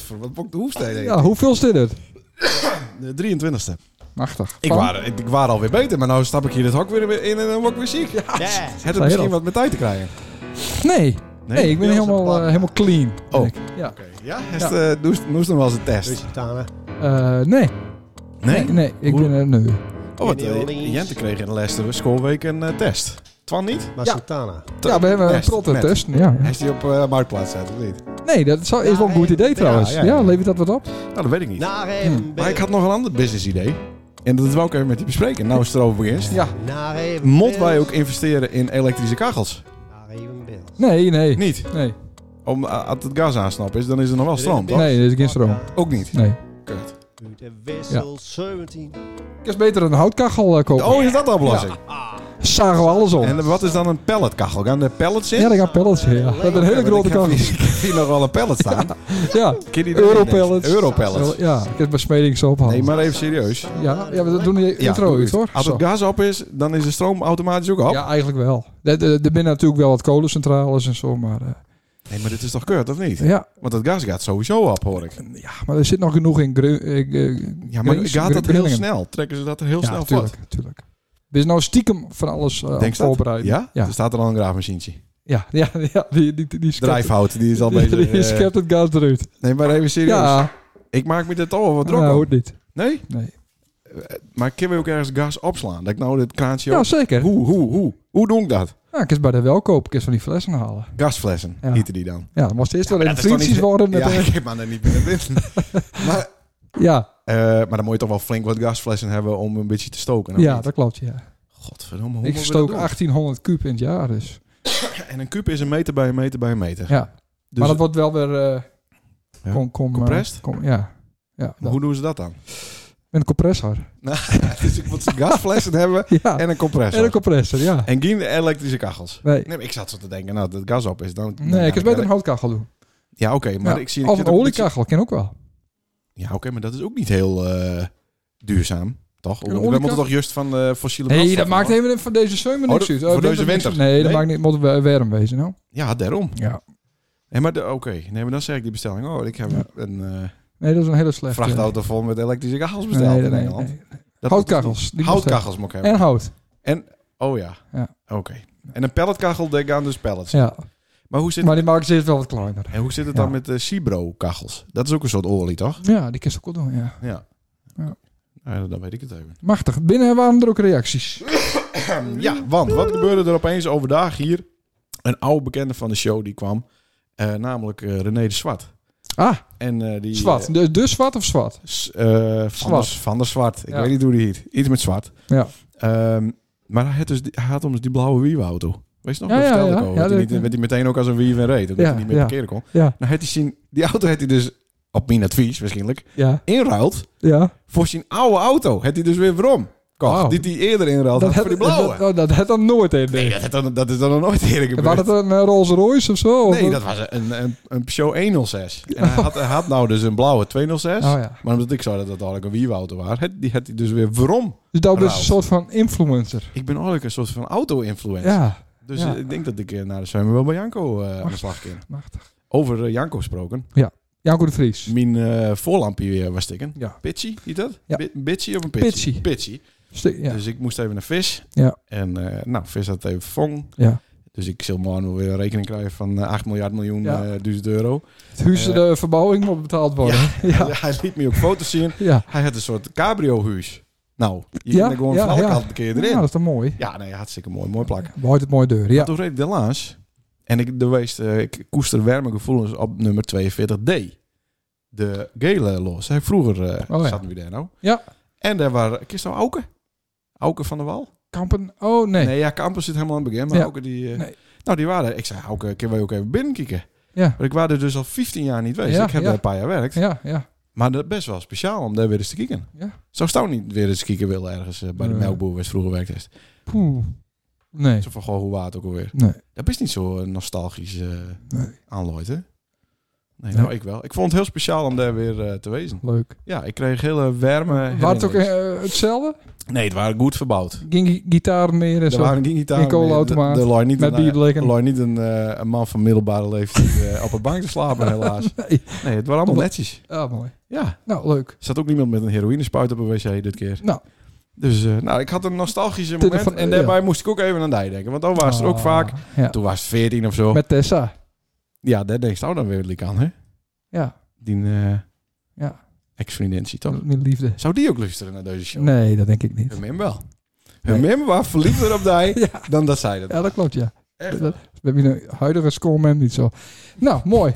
Godver, wat boek de hoefsteden. Ja, hoeveel is dit? De 23e. Machtig. Ik was alweer beter, maar nou stap ik hier het hok weer in en dan word ik weer ziek. Ja. Het is misschien wat met tijd te krijgen. Nee, ik ben helemaal clean. Oh, ja. Okay. Ja? Doe nog wel eens een test? Nee. Nee? Nee, ik ben nu. Oh, wat Jente kreeg in de laatste schoolweek een test. Twan niet? Maar Sultana. Ja, we hebben een protte-test. Ja. Hij is die op Marktplaats zet, of niet? Nee, dat is wel een goed idee trouwens. Ja, levert dat wat op? Nou, dat weet ik niet. Maar ik had nog een ander business idee. En dat wou ik even met die bespreken. Nou is het erover begint. Ja. Moeten wij ook investeren in elektrische kachels? Nee. Niet? Nee. Als het gas aansnap is, dan is er nog wel stroom, toch? Nee, er is geen stroom. Ook niet? Nee. Kut. Ja. Ik is beter een houtkachel kopen. Oh, is dat de oplossing? Ja. Zagen we alles op. En wat is dan een pelletkachel? Gaan er pellets in? Ja, daar gaan pellets in. Ja. Dat is een hele grote kachel. Ik heb nog wel een pellet staan. Ja. Europellets. Europellets. Ja, ik heb mijn smeding zo ophalen. Nee, maar even serieus. Ja, we doen die intro uit, hoor. Als het gas op is, dan is de stroom automatisch ook op? Ja, eigenlijk wel. Er binnen natuurlijk wel wat kolencentrales en zo, maar... Nee, maar dit is toch kut, of niet? Ja. Want het gas gaat sowieso op, hoor ik. Ja, maar er zit nog genoeg in... ja, maar gaat dat heel snel? Trekken ze dat er heel snel vat? Ja, tuurlijk. We zijn nou stiekem van alles voorbereid. Ja? Er staat er al een graafmachientje. Ja, die drijfhout, die is al bezig. Die schept het gas eruit. Nee, maar even serieus. Ja. Ik maak me dit al wat druk op. Hoort niet. Nee? Nee. Maar kunnen we ook ergens gas opslaan? Dat ik nou dit kraantje... Ja, zeker. Hoe doe ik dat? Ja, ik kan bij de welkoop. Ik kan van die flessen halen. Gasflessen, hieten die dan? Ja, dan moest eerst wel even vriendjes worden. Met ik heb maar er niet binnen binnen. Maar... Ja. Maar dan moet je toch wel flink wat gasflessen hebben om een beetje te stoken. Ja, dat klopt, ja. Godverdomme, hoe ik stook 1800 kuub in het jaar, dus. En een kuub is een meter bij een meter bij een meter. Ja. Dus maar dat wordt wel weer... compressed? Ja. Hoe doen ze dat dan? Met een compressor. Dus ik moet gasflessen hebben en een compressor. En een compressor, ja. En geen elektrische kachels. Nee. Ik zat zo te denken, nou, dat het gas op is. Dan ik kan beter een houtkachel doen. Ja, oké. Maar ik zie... Of een oliekachel, ken ook wel. Ja, oké, maar dat is ook niet heel duurzaam. Toch? We moeten toch juist van fossiele brandstoffen... Nee, dat maakt even van deze zomer niks uit. Voor deze winter? Nee, dat maakt niet. Moeten we warm wezen, nou? Ja, daarom. Ja. Nee, maar oké. Nee, maar dan zeg ik die bestelling. Oh, ik heb een... nee, dat is een hele slechte... vrachtauto vol met elektrische kachels besteld in Nederland. Nee. Houtkachels. Houtkachels moet ik hebben. En hout. En... Oh ja. Oké. En een pelletkachel, daar gaan dus pellets. Ja. Maar die maken ze wel wat kleiner. En hoe zit het dan met de Cibro-kachels? Dat is ook een soort olie, toch? Ja, die kun je ook wel doen, ja. Dan weet ik het even. Machtig. Binnen waren er ook reacties. Ja, want wat gebeurde er opeens overdag hier? Een oude bekende van de show die kwam. Namelijk René de Zwart. En die... Zwart. De Zwart of Zwart? Van der Zwart. Ik weet niet hoe die heet. Iets met zwart. Ja. Maar hij had ons die blauwe Wiewe-auto. Weet je nog? Dat vertelde ik over. Werd hij meteen ook als een Wiewe en reed. Omdat hij niet meer parkeren kon. Ja. Nou, die auto had hij dus, op mijn advies waarschijnlijk, inruild voor zijn oude auto. Had hij dus weer waarom? Die hij eerder inruild had voor die blauwe. Dat had dan nooit in. Nee, dat is dan nog nooit eerder gebeurd. Was het een Rolls Royce of zo? Nee, dat was een Peugeot 106. En hij had nou dus een blauwe 206. Maar omdat ik zou dat eigenlijk een Wiewe-auto was, had hij dus weer waarom. Dus dat is een soort van influencer. Ik ben eigenlijk een soort van auto-influencer. Ja. Dus ik denk dat ik naar de zomer wel bij Janko aan de slag kan. Machtig. Over Janko gesproken. Ja. Janko de Vries. Mijn voorlampje weer was stikken. Ja. Pitchy, heet dat? Ja. Bitchy of een pitchy? Pitchy. Dus ik moest even naar vis. Ja. En vis had even vong. Ja. Dus ik zal morgen weer een rekening krijgen van 8 miljoen duizend euro. Het huis, de verbouwing moet betaald worden. Hij liet me ook foto's zien. Ja. Hij had een soort cabrio-huis. Nou, je kan er gewoon van alle kanten een keer erin. Ja, dat is toch mooi? Ja, nee, hartstikke mooi. Mooi plak. Behoort het mooie deur, ja. Toen reed ik daarlangs. En ik koester warme gevoelens op nummer 42D. De gele los. Vroeger zaten we daar nou. Ja. En daar waren... Kist nou Auke? Auke van der Wal? Kampen? Oh, nee. Nee, Kampen zit helemaal aan het begin. Maar Auke die... nee. Nou, die waren... Ik zei, Auke, kunnen wij ook even binnenkijken? Ja. Maar ik was er dus al 15 jaar niet geweest. Ik heb daar een paar jaar werkt. Ja. Maar dat is best wel speciaal om daar weer eens te kijken. Ja. Zou Stouw niet weer eens kijken willen ergens bij de melkboer waar ze vroeger werkt heeft? Poeh. Nee. Zo van, goh, hoe waard ook alweer. Nee. Dat is niet zo nostalgisch aanlooit, hè? Nee, nou ik wel. Ik vond het heel speciaal om daar weer te wezen. Leuk. Ja, ik kreeg hele warme... Was het ook hetzelfde? Nee, het waren goed verbouwd. Ging gitaren meer en zo? Er waren geen gitaren meer. Koolautomaat. Er lag niet, een man van middelbare leeftijd op een bank te slapen, helaas. Nee, het waren allemaal netjes. Ah, mooi. Ja. Nou, leuk. Er zat ook niemand met een heroïnespuit op een wc dit keer. Nou. Dus ik had een nostalgische moment. En daarbij moest ik ook even aan die denken. Want dan was er ook vaak... Ja. Toen was het 14 of zo. Met Tessa. Ja, daar denk je dan weer liek aan, hè? Ja. Die ex-vriendin, toch? Mijn liefde. Zou die ook luisteren naar deze show? Nee, dat denk ik niet. Hun mem wel. Hun mem was verliefder op die dan dat zij dat. Ja, dat klopt, ja. Dat heb je een huidige scoremem niet zo. Nou, mooi.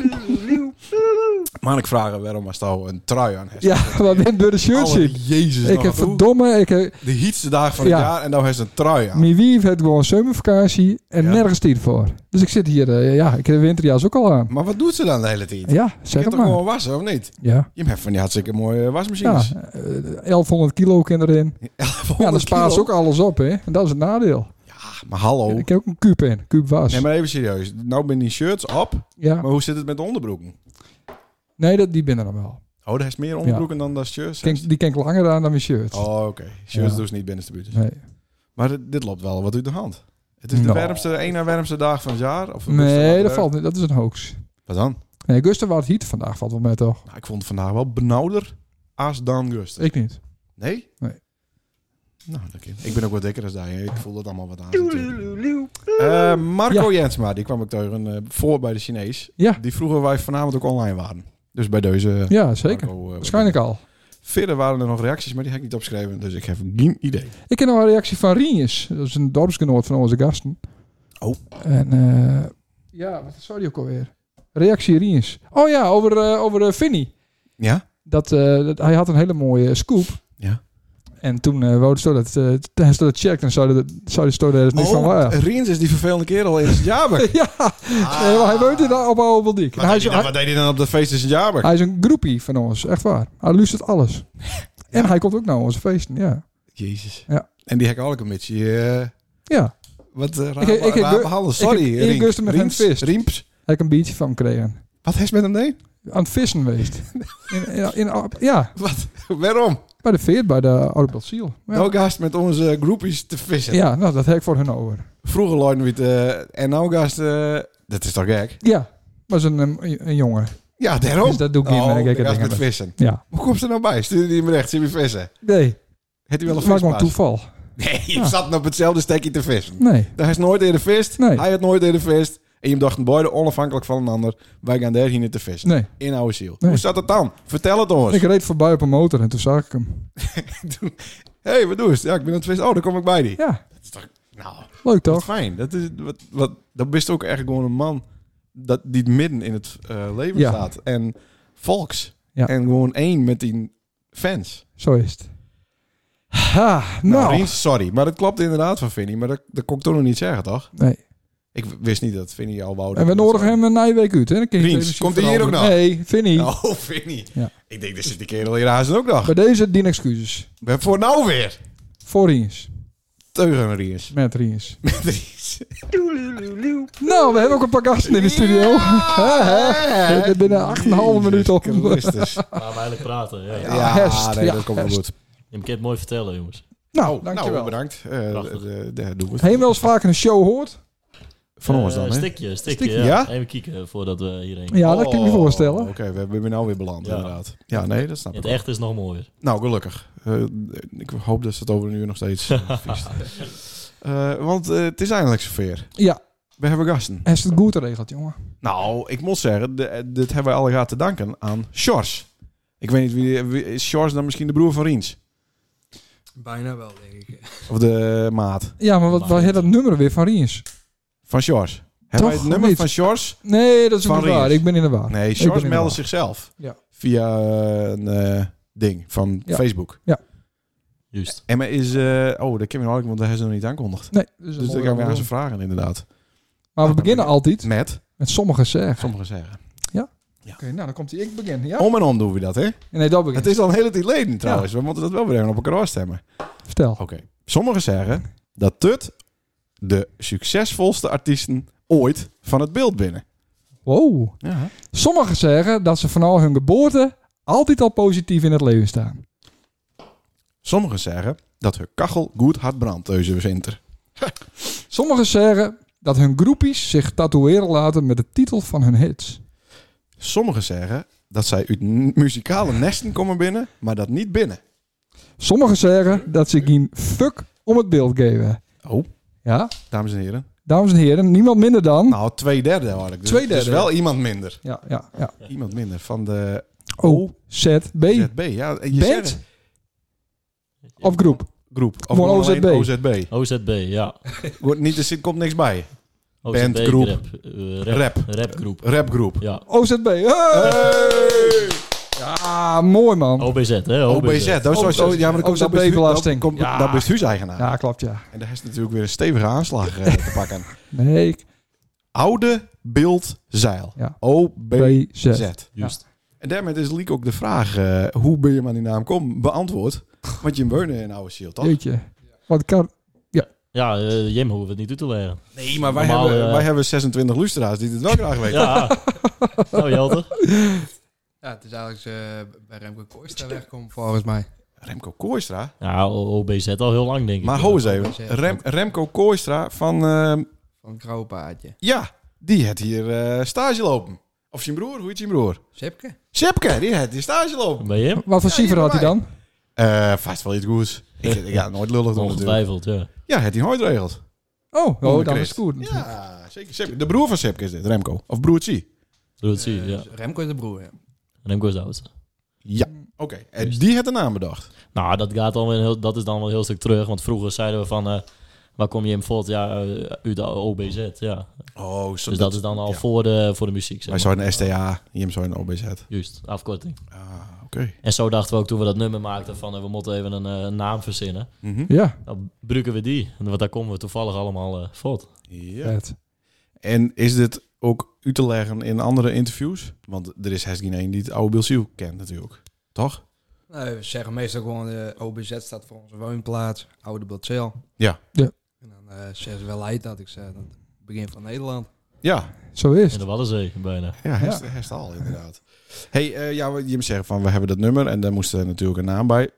Maar ik vraag waarom was nou een trui aan? Ja, wat ben je de shirt zien? Jezus. Ik heb verdomme... De heetste dag van het jaar en nou heeft ze een trui aan. Mijn wief heeft gewoon zomervakantie en nergens tijd voor. Dus ik zit hier... ik heb de winterjas ook al aan. Maar wat doet ze dan de hele tijd? Ja, zeg het maar. Je gewoon wassen, of niet? Ja. Je hebt van die hartstikke mooie wasmachines. Ja, 1100 kilo kan erin. Ja, dan spaart ze ook alles op, hè. En dat is het nadeel. Maar hallo. Ik heb ook een kuub in. Kuub was. Nee, maar even serieus. Nou ben die shirts op. Ja. Maar hoe zit het met de onderbroeken? Nee, die binnen dan wel. Oh, daar is meer onderbroeken dan dat shirts? Die ken ik langer aan dan mijn shirts. Oh, oké. Shirts doen ze niet binnenstebuurtjes. Nee. Maar dit loopt wel wat uit de hand. Het is de ene warmste dag van het jaar? Of nee, dat valt niet. Dat is een hoax. Wat dan? Nee, Gusten was heat vandaag. Valt wel mee, toch? Nou, ik vond het vandaag wel benauwder als dan Gusten. Ik niet. Nee? Nee. Nou, ik ben ook wat dikker dan jij. Ik voel dat allemaal wat aan. Marco Jensma, die kwam ik tegen voor bij de Chinees. Ja. Die vroegen wij vanavond ook online waren. Dus bij deze... Ja, zeker. Marco, waarschijnlijk al. Verder waren er nog reacties, maar die heb ik niet opgeschreven. Dus ik heb geen idee. Ik heb nog een reactie van Rienjes. Dat is een dorpsgenoot van onze gasten. Oh. En wat zou die ook alweer? Reactie Rienjes. Oh ja, over Vinnie. Ja? Dat hij had een hele mooie scoop. Ja. En toen wou hij dat checken en zou hij er niks van waar. Riens is die vervelende kerel in Sint-Jaber. Ja, nee, maar hij woont in Oberdiek. Wat deed hij dan op dat feest in Sint-Jaber? Hij is een groepie van ons, echt waar. Hij luistert alles. Ja. En hij komt ook naar onze feesten, ja. Jezus. Ja. En die heb ik ook een beetje... ja. Wat raar behandeld. Sorry, ik gustte met hem vis. Riemps. Heb ik een biertje van hem gekregen. Wat heeft met hem deed? Aan het vissen geweest. Ja. Wat? Waarom? Bij de veert, bij de Oude Beltsiel. Ja. Nou gast met onze groupies te vissen. Ja, nou, dat heb ik voor hun over. Vroeger leiden we het... en nou gast... dat is toch gek? Ja, maar ze een jongen. Ja, daarom. Dus dat doe ik niet meer. Ik gast met vissen. Ja. Hoe komt ze nou bij? Stuurde hij hem recht? Zie je vissen? Nee. Heeft hij wel een vispas? Maar gewoon toeval. Nee, je zat op hetzelfde stekje te vissen. Nee. Daar is nooit eerder vist. Nee. Hij had nooit eerder vist. En je dachten beide onafhankelijk van een ander. Wij gaan daar hier te vissen. Nee. In oude ziel. Nee. Hoe zat het dan? Vertel het ons. Ik reed voorbij op een motor en toen zag ik hem. Hé, wat doe je? Ja, ik ben aan het vissen. Oh, dan kom ik bij die. Ja. Dat is toch... Nou, leuk toch? Fijn. Dat is dat is ook echt gewoon een man die midden in het leven staat. En volks. Ja. En gewoon één met die fans. Zo is het. Ha, nou. Riens, sorry, maar dat klopt inderdaad van Vinnie. Maar dat kon ik toch nog niet zeggen, toch? Nee. Ik wist niet dat Vinnie al wou. En we nodigen hem een Nijweek uit. Hè? Riens, komt hij hier ook nog? Nee, Vinnie. Oh, Vinnie. Ja. Ik denk, dat zit die kerel hier haast ook nog. Bij deze dien excuses. Voor nou weer? Voor Riens. Teugen Riens. Met Riens. Met Riens. Nou, we hebben ook een paar gasten in de studio. Ja, binnen 8,5 minuten op. Laten we eigenlijk praten. Ja, dat komt wel goed. Je moet het mooi vertellen, jongens. Nou, dankjewel. Bedankt. Doen we het. Wel eens vaak een show hoort? Van ons dan, hè? Een stikje, ja. Even kijken voordat we hierheen gaan. Ja, dat kan ik me voorstellen. Oké, we hebben nou weer beland, inderdaad. Ja, nee, dat snap ik. Het echt is nog mooier. Nou, gelukkig. Ik hoop dat ze het over een uur nog steeds vies. Want het is eindelijk zover. Ja. We hebben gasten. Is het goed geregeld, jongen? Nou, ik moet zeggen, dit hebben we alle gehad te danken aan Sjors. Ik weet niet, wie is Sjors dan misschien de broer van Riens? Bijna wel, denk ik. Of de maat. Ja, maar wat heet dat nummer weer van Riens? Van Sjors. Hebben wij het nummer niet van Sjors? Nee, dat is niet waar. Ik ben in de war. Nee, Sjors meldde zichzelf. Ja. Via een ding van Facebook. Ja. Juist. En maar is... dat kan we want daar hebben ze nog niet aangekondigd. Nee. Dus dan gaan we aan ze vragen, inderdaad. Maar we beginnen altijd... Met sommige zeggen. Sommige zeggen. Ja? Ja. Oké, nou dan komt hij. Ik begin. Ja? Om en om doen we dat, hè? Nee, dat begint. Het is al een hele tijd geleden trouwens. Ja. We moeten dat wel weer even op elkaar afstemmen. Vertel. Oké. Sommigen zeggen dat Tut de succesvolste artiesten ooit van het beeld binnen. Wow. Ja. Sommigen zeggen dat ze vanaf hun geboorte altijd al positief in het leven staan. Sommigen zeggen dat hun kachel goed hard brandt deze winter. Sommigen zeggen dat hun groepies zich tatoeëren laten met de titel van hun hits. Sommigen zeggen dat zij uit muzikale nesten komen binnen, maar dat niet binnen. Sommigen zeggen dat ze geen fuck om het beeld geven. Oh. Ja. Dames en heren. Dames en heren, niemand minder dan... Nou, 2/3 had ik. Dus wel iemand minder. Ja. Iemand minder van de... OZB. Ja, je band? Zegt... Of groep? Groep. Of gewoon OZB? OZB. OZB, ja. Er komt niks bij. OZB, band, groep. Rapgroep. Rapgroep. Ja. OZB. Hey! Ja, mooi man. OBZ, hè? OBZ. Dat is zo. Ja, maar OZB-belasting. Dat is huiseigenaar. Ja, klopt, ja. En daar is natuurlijk weer een stevige aanslag te pakken. Nee. Oude Beeldzeil. Ja. OBZ. Juist. En daarmee is Liek ook de vraag, hoe ben je aan die naam kom beantwoord? Want je woont in een oude ziel, toch? Jeetje. Wat kan... Ja, Jim hoeven het niet toe te leggen. Nee, maar wij hebben 26 luisteraars die het wel graag weten. Ja. Nou, Jelte. Ja, het is eigenlijk bij Remco Kooistra wegkomen volgens mij. Remco Kooistra? Ja, OBZ al heel lang, denk ik. Maar hou eens even. Remco Kooistra van... Van het Grauwe Paardje. Ja, die had hier stage lopen. Of zijn broer, hoe heet zijn broer? Sepke, die had hier stage lopen. Bij hem? Wat voor cijfer had hij dan? Vast wel iets goeds. Ja, nooit lullig doen ongetwijfeld, ja. Ja, het hij nooit regeld. Oh, dat is goed. Ja, zeker. De broer van Sepke is dit, Remco. Of broertje. Broertje, ja. Remco is de broer, ja. Remco is de oudste. Ja, oké. En die had de naam bedacht. Nou, dat is dan wel een heel stuk terug. Want vroeger zeiden we van... waar kom je in voort? Ja, uit de OBZ, ja. Oh, zo dus dat is dan al voor de muziek, zeg maar. Wij zouden STA, Jim zou een OBZ. Juist, afkorting. Oké. En zo dachten we ook toen we dat nummer maakten van... we moeten even een naam verzinnen. Ja. Dan gebruiken we die. Want daar komen we toevallig allemaal voort. Ja. En is dit ook uit te leggen in andere interviews? Want er is geen één die het oude Bilsiel kent natuurlijk. Toch? Nee, we zeggen meestal gewoon de OBZ staat voor onze woonplaats. Oude Biltzeil. Ja. En dan zeggen ze wel Leid dat ik zeg. Het begin van Nederland. Ja. Zo is het. In de Waddenzee bijna. Ja, herstal inderdaad. Hey, je zeggen van we hebben dat nummer en daar moest er natuurlijk een naam bij.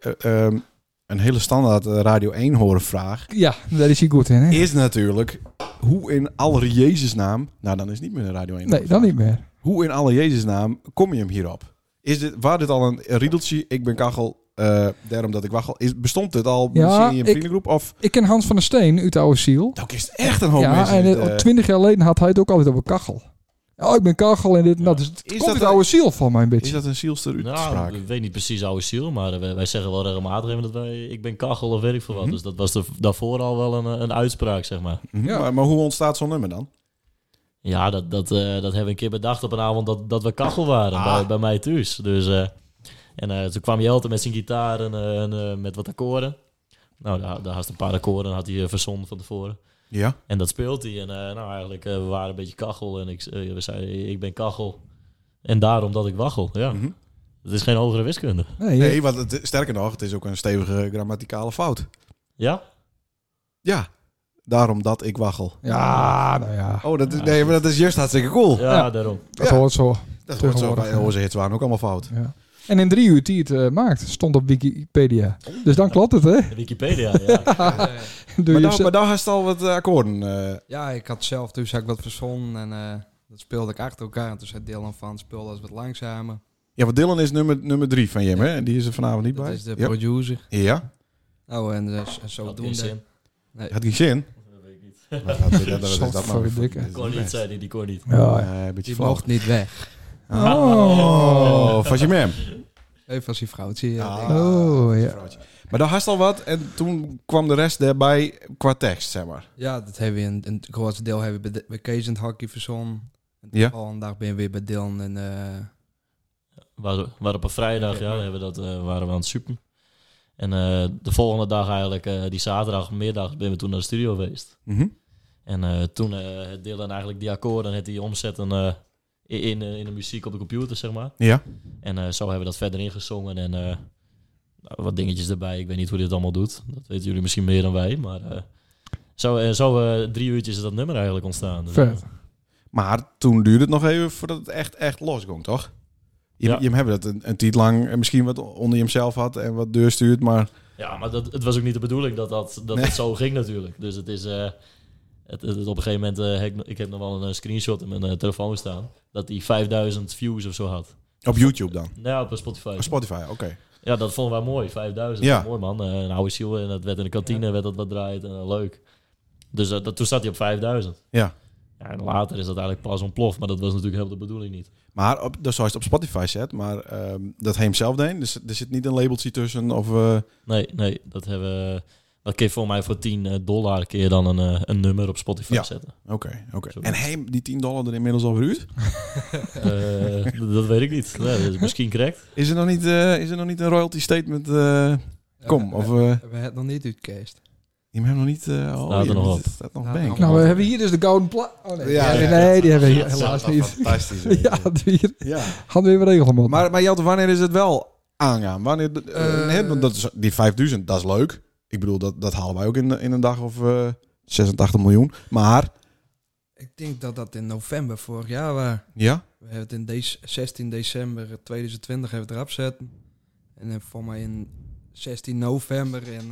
Een hele standaard Radio 1 horen vraag. Ja, daar is hij goed in. Hè? Is natuurlijk hoe in alle Jezusnaam. Nou, dan is het niet meer een Radio 1. Nee, dan niet meer. Hoe in alle Jezusnaam kom je hem hierop? Waar dit al een riedeltje? Ik ben kachel. Daarom dat ik waggel. Bestond dit al misschien in je vriendengroep? Of? Ik ken Hans van der Steen uit de Oude Ziel. Dat is echt een hoop mensen. Ja, en 20 jaar geleden had hij het ook altijd over kachel. Oh, ik ben kachel en dit. Nou, dus het komt uit de Oude Ziel van mij een beetje. Is dat een zielster uitspraak? Ik weet niet precies Oude Ziel, maar wij zeggen wel regelmatig even dat ik ben kachel of weet ik veel wat. Dus dat was daarvoor al wel een uitspraak, zeg maar. Ja. Maar hoe ontstaat zo'n nummer dan? Ja, dat hebben we een keer bedacht op een avond dat we kachel waren bij mij thuis. Dus... En toen kwam Jelte met zijn gitaar en met wat akkoorden. Nou, daar had een paar akkoorden had hij verzonnen van tevoren. Ja. En dat speelt hij. En eigenlijk, we waren een beetje kachel. En we zeiden, ik ben kachel. En daarom dat ik waggel, ja. Het is geen hogere wiskunde. Nee, want sterker nog, het is ook een stevige grammaticale fout. Ja? Ja. Daarom dat ik waggel. Ja, nou ja. Oh, maar dat is juist hartstikke cool. Ja, daarom. Dat hoort zo. Dat hoort zo. Bij onze hits waren ook allemaal fout. Ja. En in 3 uur die het maakt, stond op Wikipedia. Dus dan klopt het, hè? Wikipedia, ja. Maar daar had je al wat akkoorden. Ja, ik had zelf dus wat verzonnen en dat speelde ik achter elkaar. En toen zei Dylan van, speel als wat langzamer. Ja, want Dylan is nummer 3 van Jim, hè? En die is er vanavond niet bij. Dat is de producer. Ja. Oh, en zo doen ze. Nee. Had geen zin? Dat weet ik niet. Dat kon niet, zei hij. Die kon niet. Ja, die mocht niet weg. Oh, van je mem. Even als die vrouwtje. Ja. Maar daar had je al wat en toen kwam de rest daarbij qua tekst, zeg maar. Ja, dat hebben we een grootste deel hebben we bij Kees in het hockey verzonnen. En de volgende dag ben je weer bij Dylan en... Waar op een vrijdag, waren we aan het supen. En de volgende dag eigenlijk, die zaterdagmiddag, ben we toen naar de studio geweest. En toen Dylan eigenlijk die akkoorden had hij omzetten... In de muziek op de computer, zeg maar. Ja. En zo hebben we dat verder ingezongen. En wat dingetjes erbij. Ik weet niet hoe dit allemaal doet. Dat weten jullie misschien meer dan wij. Maar zo 3 uurtjes is dat nummer eigenlijk ontstaan. Dus, vet. Maar toen duurde het nog even voordat het echt losging, toch? Je hebt dat een tijd lang misschien wat onder hemzelf had en wat deur stuurt, maar... Ja, maar het was ook niet de bedoeling dat het zo ging natuurlijk. Dus het is... op een gegeven moment, ik heb nog wel een screenshot in mijn telefoon staan, dat die 5000 views of zo had. Op YouTube dan? Ja, op Spotify. Op Spotify, oké. Ja, dat vonden wij mooi, 5000. Ja. Mooi man, een oude ziel en dat werd in de kantine, werd dat wat draait en leuk. Dus toen zat hij op 5000. Ja. Ja, en later is dat eigenlijk pas ontploft, maar dat was natuurlijk helemaal de bedoeling niet. Maar dus zoals het op Spotify zet, maar dat hij hem zelf deed, dus er zit niet een labeltje tussen of... Nee, dat hebben we... Dat kun je voor mij voor $10 kun je dan een nummer op Spotify zetten. Oké. En hij die $10 er inmiddels al verhuurd? Dat weet ik niet. Nee, dat is misschien correct. Is er nog niet een royalty statement? Kom, of... We hebben het nog niet uitgekeest. Je hebt nog niet... staat nog bank. Nou, we hebben hier dus de gouden plaat. Oh nee, ja, die hebben we hier helaas niet. Fantastisch. Gaan we even regelen, man. Maar Jelte, wanneer is het wel aangaan? Wanneer? Dat is, die 5000, dat is leuk. Ik bedoel, dat halen wij ook in een dag of 86 miljoen. Maar... Ik denk dat in november vorig jaar was. Ja? We hebben het in 16 december 2020 hebben we het erop zetten. En voor mij in 16 november in...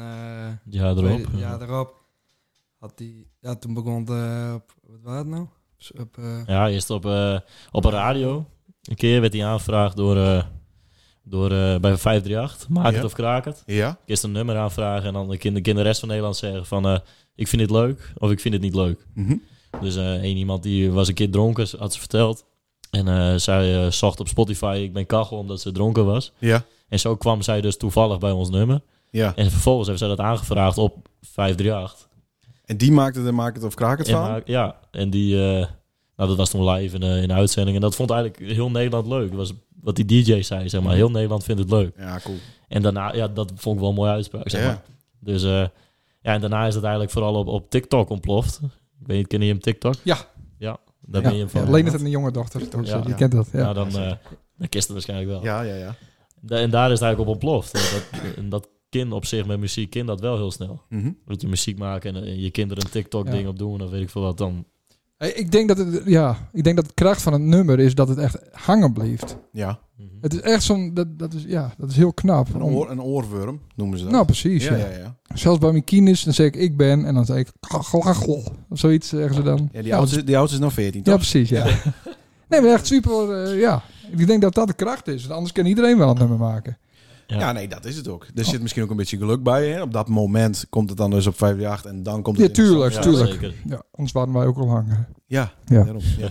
Ja, erop. Had die... Ja, toen begon op... Wat was het nou? Ja, eerst op een radio. Een keer werd hij aangevraagd door bij 538. Maak het of kraak het. Ja. Eerst een nummer aanvragen en dan kan de rest van Nederland zeggen van... ik vind dit leuk of ik vind het niet leuk. Mm-hmm. Dus één iemand die was een keer dronken, had ze verteld. En zij zocht op Spotify, ik ben kachel, omdat ze dronken was. Ja. En zo kwam zij dus toevallig bij ons nummer. Ja. En vervolgens hebben zij dat aangevraagd op 538. En die maakte de Maak het of kraak het van? Ja, en die... dat was toen live in de uitzending. En dat vond eigenlijk heel Nederland leuk. Dat was wat die DJ zei, zeg maar. Heel Nederland vindt het leuk. Ja, cool. En daarna, dat vond ik wel een mooie uitspraak, zeg maar. Dus en daarna is het eigenlijk vooral op TikTok ontploft. Ik weet niet, ken je hem TikTok? Ja. Ja, daar ben je hem van. Ja, Leendert en een jonge dochter, toch? Ja. Die kent dat. Ja, dan kist het waarschijnlijk wel. Ja. En daar is het eigenlijk op ontploft. Dat kind op zich met muziek, kind dat wel heel snel. Mm-hmm. Dat je muziek maken en je kinderen een TikTok-ding op doen of weet ik veel wat dan. Ik denk dat het kracht van het nummer is dat het echt hangen blijft. Ja. Mm-hmm. Het is echt zo'n... Dat is heel knap. Een oorworm noemen ze dat. Nou, precies. Ja. Zelfs bij mijn kines, dan zeg ik ben en dan zeg ik... Of zoiets zeggen ze dan. Ja, die oudste is nog 14, toch? Ja, precies, ja. Nee, maar echt super, Ik denk dat dat de kracht is. Anders kan iedereen wel een nummer maken. Ja, nee, dat is het ook. Er zit misschien ook een beetje geluk bij. Hè? Op dat moment komt het dan dus op 538 en dan komt het... Ja, tuurlijk. Ja, anders waren wij ook al hangen. Ja. Daarom. Ja.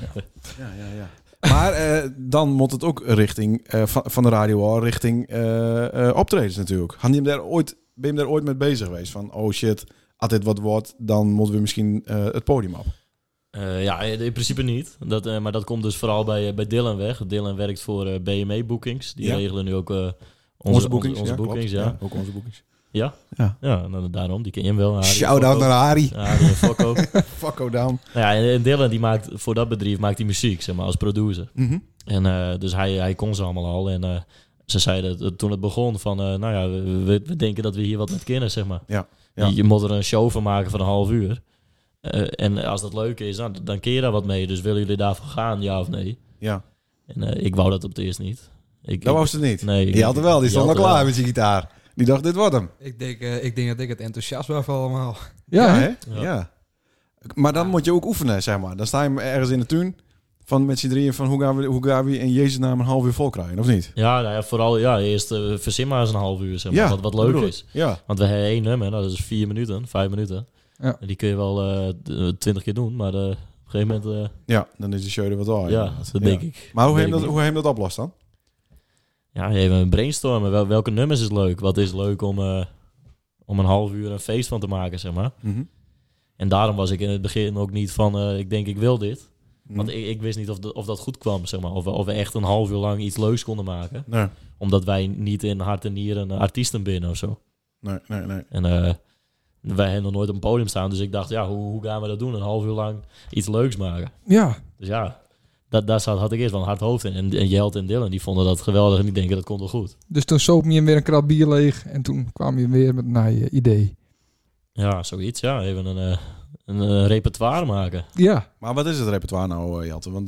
Maar dan moet het ook richting van de radio al richting optredens natuurlijk. Ben je daar ooit mee bezig geweest? Van, oh shit, als dit wat wordt, dan moeten we misschien het podium op. In principe niet. Maar dat komt dus vooral bij Dylan weg. Dylan werkt voor BME Bookings. Die regelen nu ook onze bookings. Onze bookings, ja. Ook onze bookings. Ja? Ja, daarom. Die ken je hem wel. Shout-out naar Harry. Harry en Fokko. Fokko down. En Dylan die maakt voor dat bedrijf maakt die muziek, zeg maar, als producer. Mm-hmm. En dus hij kon ze allemaal al. En ze zeiden toen het begon van... we denken dat we hier wat met kennen, zeg maar. Ja. Je moet er een show van maken van een half uur. En als dat leuk is, dan kun je daar wat mee. Dus willen jullie daarvoor gaan, ja of nee? Ja. En ik wou dat op het eerst niet. Dat wou ze niet? Nee. Die had er wel. Die stond al klaar met zijn gitaar. Die dacht, dit wordt hem. Ik denk dat ik het enthousiasme van allemaal. Ja. Maar dan moet je ook oefenen, zeg maar. Dan sta je ergens in de tuin met z'n drieën van hoe gaan we in Jezus naam een half uur vol krijgen, of niet? Ja, vooral eerst verzin maar eens een half uur, zeg maar, wat leuk is. Ja. Want we hebben 1 nummer, dat is 4 minuten, 5 minuten. Ja. En die kun je wel 20 keer doen, maar op een gegeven moment... dan is de show er wat door. Ja, dat denk ik. Maar hoe heb je dat oplost dan? Ja, even een brainstormen. Welke nummers is leuk? Wat is leuk om een half uur een feest van te maken, zeg maar. Mm-hmm. En daarom was ik in het begin ook niet van... ik denk, ik wil dit. Want ik wist niet of dat goed kwam, zeg maar. Of we echt een half uur lang iets leuks konden maken. Nee. Omdat wij niet in hart en nieren artiesten binnen of zo. Nee. En wij hebben nog nooit op een podium staan. Dus ik dacht, hoe gaan we dat doen? Een half uur lang iets leuks maken. Ja. Dus daar had ik eerst wel een hard hoofd in. En Jelte en Dylan, die vonden dat geweldig. En die denken, dat komt wel goed. Dus toen soop je hem weer een krat bier leeg. En toen kwam je weer met een idee. Ja, zoiets. Ja, even een repertoire maken. Ja. Maar wat is het repertoire nou, Jatte? Want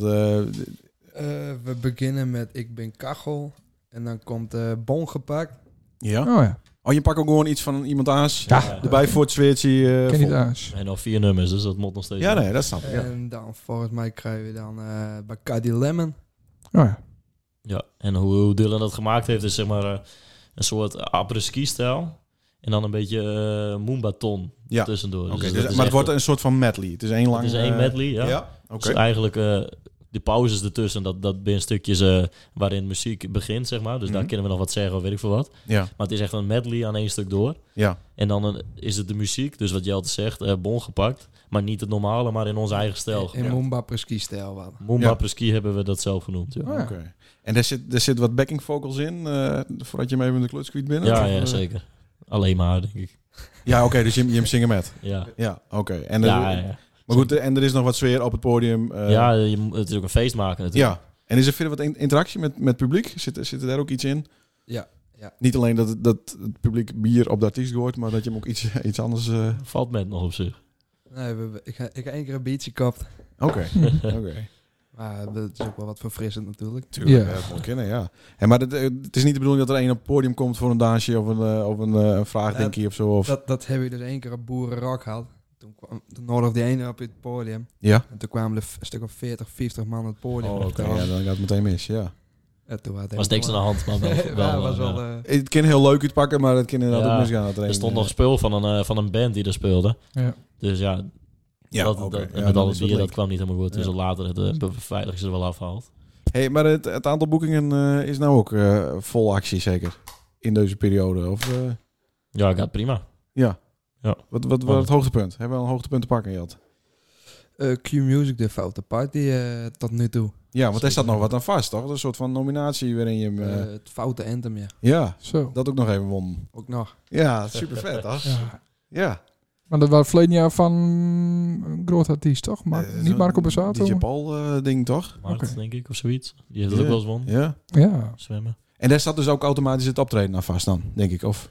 We beginnen met Ik ben kachel. En dan komt Bon gepakt. ja. Oh ja. Oh, je pakt ook gewoon iets van iemand aan. Ja. Erbij voor het zweertje. Ken niet eens. En nog 4 nummers, dus dat moet nog steeds. Ja, nee, dat snap ik. Ja. En dan volgens mij krijgen we dan Bacardi Lemon. Oh ja. Ja, en hoe Dylan dat gemaakt heeft, is zeg maar een soort après-ski-stijl. En dan een beetje moombaton Ja. tussendoor. Oké, Dus dus, dat is maar het echt wordt een soort van medley. Het is één lang... het is één medley, ja. Ja, oké. Dus eigenlijk de pauzes ertussen, dat zijn stukjes waarin muziek begint, zeg maar. Dus daar Mhm. kunnen we nog wat zeggen of weet ik veel wat. Ja, Maar het is echt een medley aan één stuk door. ja. En dan is het de muziek, dus wat je altijd zegt, bon gepakt. Maar niet het normale, maar in onze eigen stijl. In Ja. Moomba Preski stijl wat. Moomba Ja. Preski hebben we dat zelf genoemd. Ja, Oh ja. Oké. En er zit wat backing vocals in, voordat je hem even in de klutskwiet binnen? ja, Of, ja, zeker. Alleen maar, denk ik. Ja, oké, dus je hem zingen met. Ja, Ja, oké. ja. Maar goed, en er is nog wat sfeer op het podium. Ja, het is ook een feest maken natuurlijk. Ja. En is er verder wat interactie met het publiek? Zit er daar ook iets in? Ja. Niet alleen dat het publiek bier op de artiest gooit, maar dat je hem ook iets anders... Valt met nog op zich. Nee, ik heb één keer een biertje gekapt. Oké, oké. Maar dat is ook wel wat verfrissend natuurlijk. Tuurlijk, Ja. ja. Dat moet kennen, ja. En maar het is niet de bedoeling dat er één op het podium komt voor een dansje of een vraagdenkje of zo? Of... Dat heb je dus één keer op Boerenrock gehad. Toen nodigde die ene op het podium. Ja? En toen kwamen er een stuk of 40, 50 man op het podium. Oh, oké. Ja, dan gaat het meteen mis, ja. En toen Was niks aan de hand, maar wel. Ja, was wel... Het kan heel leuk uitpakken, maar het kan inderdaad Ja, ook misgaan. Dat Er stond nog spul van een band die er speelde. Ja. Dus ja, Ja, dat, oké. dat, Ja, en met dan al is het het bier, dat leuk. kwam niet helemaal goed. Dus Ja. later het beveiliging ze er wel afgehaald. Hey, maar het aantal boekingen is nou ook vol actie, zeker? In deze periode? Of, Ja, gaat prima. ja. Ja. Wat was het hoogtepunt? Hebben we al een hoogtepunt te pakken, Jat? Q-Music, de foute party tot nu toe. Ja, want er staat nog wat aan vast, toch? Een soort van nominatie waarin je hem... Het foute anthem, ja. ja, Zo. dat ook nog even won. Ook nog. Ja, super vet, toch? Ja. Ja. Maar dat was verleden jaar van een groot artiest, toch? Niet Marco Borsato? DJ Paul ding, toch? Maart, Oké. denk ik, of zoiets. Die heeft het ook wel eens won. Ja. Ja. Zwemmen. En daar staat dus ook automatisch het optreden aan vast dan, denk ik. Of?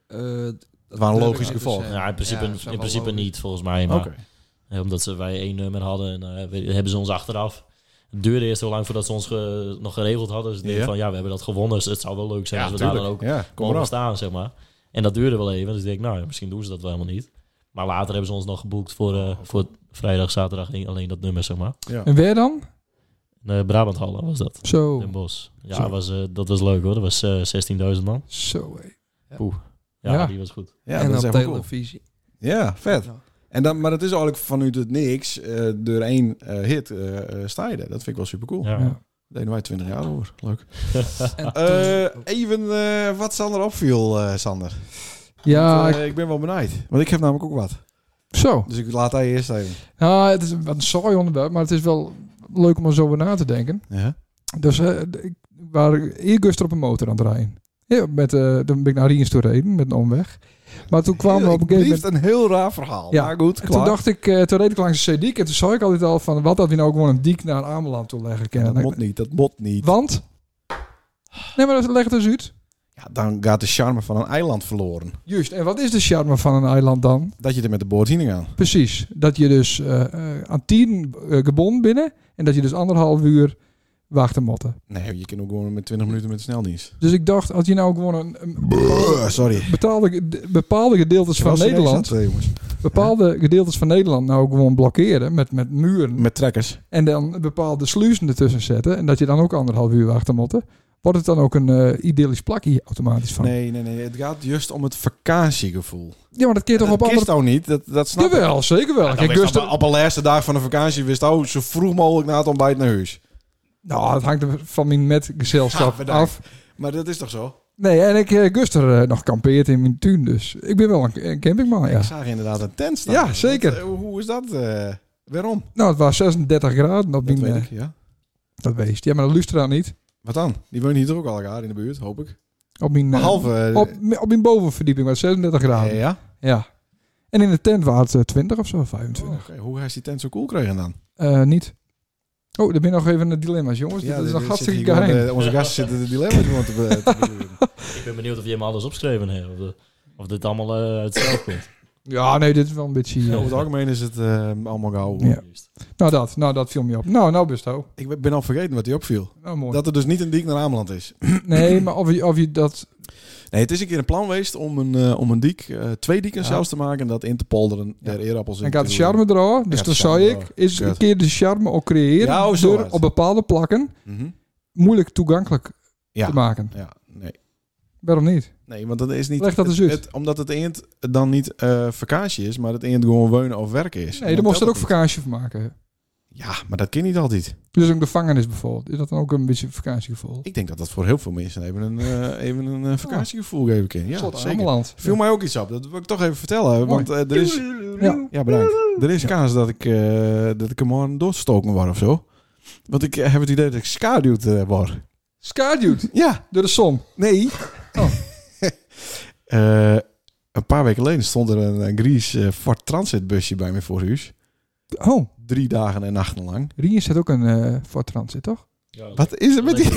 Dat waren durf logische ik niet te gevolgen. zeggen. Ja, in principe, Ja, dat is wel in principe logisch. niet, volgens mij. Maar Oké. omdat wij 1 nummer hadden en hebben ze ons achteraf. Het duurde eerst heel lang voordat ze ons nog geregeld hadden. Dus ik denk Ja. van, ja, we hebben dat gewonnen. Dus het zou wel leuk zijn Ja, als we daar dan tuurlijk. ook Ja, kom mogen erop. staan, zeg maar. En dat duurde wel even. Dus ik denk, nou ja, misschien doen ze dat wel helemaal niet. Maar later hebben ze ons nog geboekt voor vrijdag, zaterdag alleen dat nummer, zeg maar. Ja. En weer dan? Brabanthallen was dat. Zo. Den Bosch. Ja, Zo. dat was leuk hoor. Dat was 16.000 man. Zo, hé. Ja, Ja. die was goed. Ja, en dat is op echt wel cool. televisie. Ja, vet. Ja. En dan, maar het is eigenlijk vanuit het niks door één hit sta je er. Dat vind ik wel super cool. Ja. Ja. Daar deden wij 20 jaar over. Leuk. En Even wat Sander opviel, Sander. Ja, Want, ik ben wel benieuwd. Want ik heb namelijk ook wat. zo. Dus ik laat hij eerst even. Ja, het is een wat saai onderwerp, maar het is wel leuk om er zo over na te denken. Ja. Dus ik was eergisteren op een motor aan het rijden. Ja, toen ben ik naar Riens toe gereden met een omweg. Maar toen kwamen we op een gegeven moment... Het een heel raar verhaal. Ja, Maar goed, En klaar. toen dacht ik, toen reed ik langs de Zeediek en toen zag ik altijd al van, wat dat we nou gewoon een diek naar Ameland toe leggen kennen. dat moet niet. Want? Nee, maar dat leg het dus uit. Ja, dan gaat de charme van een eiland verloren. Juist, en wat is de charme van een eiland dan? Dat je er met de boot heen gaat. Precies, dat je dus aan 10 gebonden binnen en dat je dus 1,5 uur wachten motten. Nee, je kan ook gewoon met 20 minuten met de sneldienst. Dus ik dacht, als je nou gewoon een Sorry. bepaalde gedeeltes van Nederland, bepaalde gedeeltes van Nederland nou gewoon blokkeren met muren Met trekkers. en dan bepaalde sluizen ertussen zetten en dat je dan ook 1,5 uur wachten motten, wordt het dan ook een idyllisch plakje automatisch van. Nee. Het gaat juist om het vakantiegevoel. Ja, maar dat kun je toch Dat op kist andere... nou niet. Dat snap ik. Jawel, zeker wel. Ja, Kijk, dan wist Guster- op de laatste dag van de vakantie wist zo vroeg mogelijk na het ontbijt naar huis. Nou, het hangt er van mijn metgezelschap Ja, bedankt. af. Maar dat is toch zo? Nee, en ik Guster nog kampeerd in mijn tuin, dus ik ben wel een campingman, ja. Ik zag inderdaad een tent staan. Ja, zeker. Hoe is dat? Waarom? Nou, het was 36 graden op Dat mijn... weet ik, ja. Dat weest. Ja, maar dat luistert dan niet. Wat dan? Die wonen hier toch ook al elkaar in de buurt, hoop ik. Op mijn, Behalve... op mijn bovenverdieping was 36 graden. ja? Ja. En in de tent was het 20 of zo, 25. Oké, hoe heeft die tent zo cool gekregen dan? Niet. Oh, er ben nog even de dilemma's, jongens. Dit is nog hartstikke geheim. Onze gasten zitten de dilemma's gewoon te bedoelen. Ik ben benieuwd of je hem alles opgeschreven hebt. Of dit allemaal uit zelf komt. Ja, nee, dit is wel een beetje... Over het algemeen is het allemaal gauw. Ja. Nou, dat viel me op. Nou best wel. Ik ben al vergeten wat hij opviel. Nou, mooi. Dat er dus niet een diek naar Ameland is. Nee, maar of je dat... Nee, het is een keer een plan geweest om een diek, 2 dieken zelfs te maken en dat in te polderen. Der eerappels in En gaat te de doen. charme eraan. Dus Ja, dan de zou charme ik eens een keer de charme ook creëren. Ja, zo door uit. op bepaalde plakken Mhm. moeilijk toegankelijk Ja. te maken. Ja, nee. Waarom niet? Nee, want dat is niet... Leg dat eens uit. Omdat het eend dan niet vakantie is, maar het eend gewoon wonen of werken is. Nee, dan moest er ook vakantie van maken. Ja, maar dat kan niet altijd. Dus ook de gevangenis bijvoorbeeld. Is dat dan ook een beetje vakantiegevoel? Ik denk dat dat voor heel veel mensen even een vakantiegevoel geven kan. Ja, Soort zeker. Ameland. Viel mij ook iets op. Dat wil ik toch even vertellen. Mooi. Want er is... Ja. Ja, bedankt. Er is kans dat ik er morgen doodstoken word of zo. Want ik heb het idee dat ik schaduwd word. Schaduwd Ja. door de zon. Nee. Oh. Een paar weken geleden stond er een Gries Ford Transit busje bij me voor huis. Oh, 3 dagen en nachten lang. Rien zit ook een Ford Transit, toch? Wat is er met die...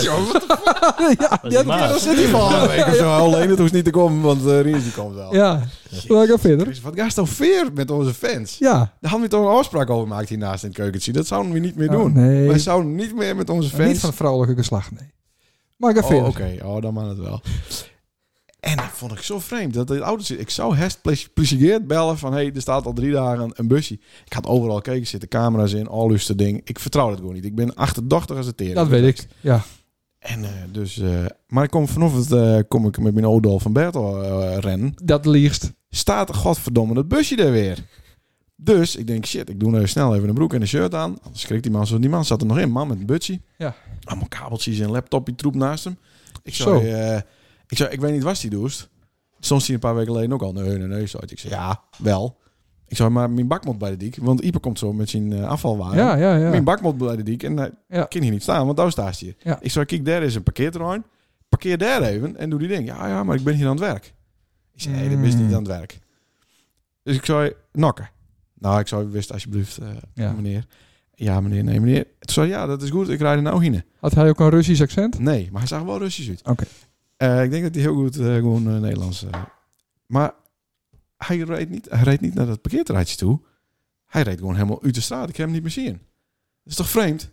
Daar zit hij volgende week of zo. Alleen het hoeft niet te komen, want Ries die komt wel. Ja, we gaan verder. Chris, wat gaat toch veer met onze fans? Ja. Daar hadden we toch een afspraak over gemaakt hiernaast in het keukentje. Dat zouden we niet meer doen. Nee. Wij zouden niet meer met onze Maar fans... niet van het vrouwelijke geslacht, nee. Maar ga verder. Oké. Oh, dan mag het wel. En dat vond ik zo vreemd. Dat de auto zit. Ik zou Hest plezigeerd bellen van... Hey, er staat al 3 dagen een busje. Ik had overal gekeken. Zitten camera's in. Al luister ding. Ik vertrouw het gewoon niet. Ik ben achterdochtig als het teren. Dat weet ik, ja. En maar ik kom vanochtend kom ik met mijn Odol van Bertel rennen. Dat liefst. Staat er godverdomme dat busje daar weer. Dus ik denk, shit, ik doe nou snel even een broek en een shirt aan. Anders schrikt die man zo. Die man zat er nog in, man, met een busje. Ja. Allemaal kabeltjes en laptopje troep naast hem. Ik Zo. zei, ik weet niet wat hij doet. Soms zie je een paar weken geleden ook al nee. Zo. Ik zei, ja, wel. Ik zei, maar mijn bak moet bij de dik. Want Ieper komt zo met zijn afvalwagen. Ja. Mijn bak moet bij de dik. En Ja. kan hier niet staan, want daar staat hij. Ja. Ik zei, kijk, daar is een parkeerterrein. Parkeer daar even en doe die ding. Ja, maar ik ben hier aan het werk. Ik zei, nee, dat is niet aan het werk. Dus ik zei, nokken. Nou, ik zou wist alsjeblieft, meneer. Ja, meneer, nee, meneer. Toen zei ja, dat is goed. Ik rijd er nou heen. Had hij ook een Russisch accent? Nee, maar hij zag er wel Russisch uit. Oké. Ik denk dat hij heel goed gewoon Nederlands... maar hij reed niet naar dat parkeerterreintje toe. Hij reed gewoon helemaal uit de straat. Ik heb hem niet meer zien. Dat is toch vreemd?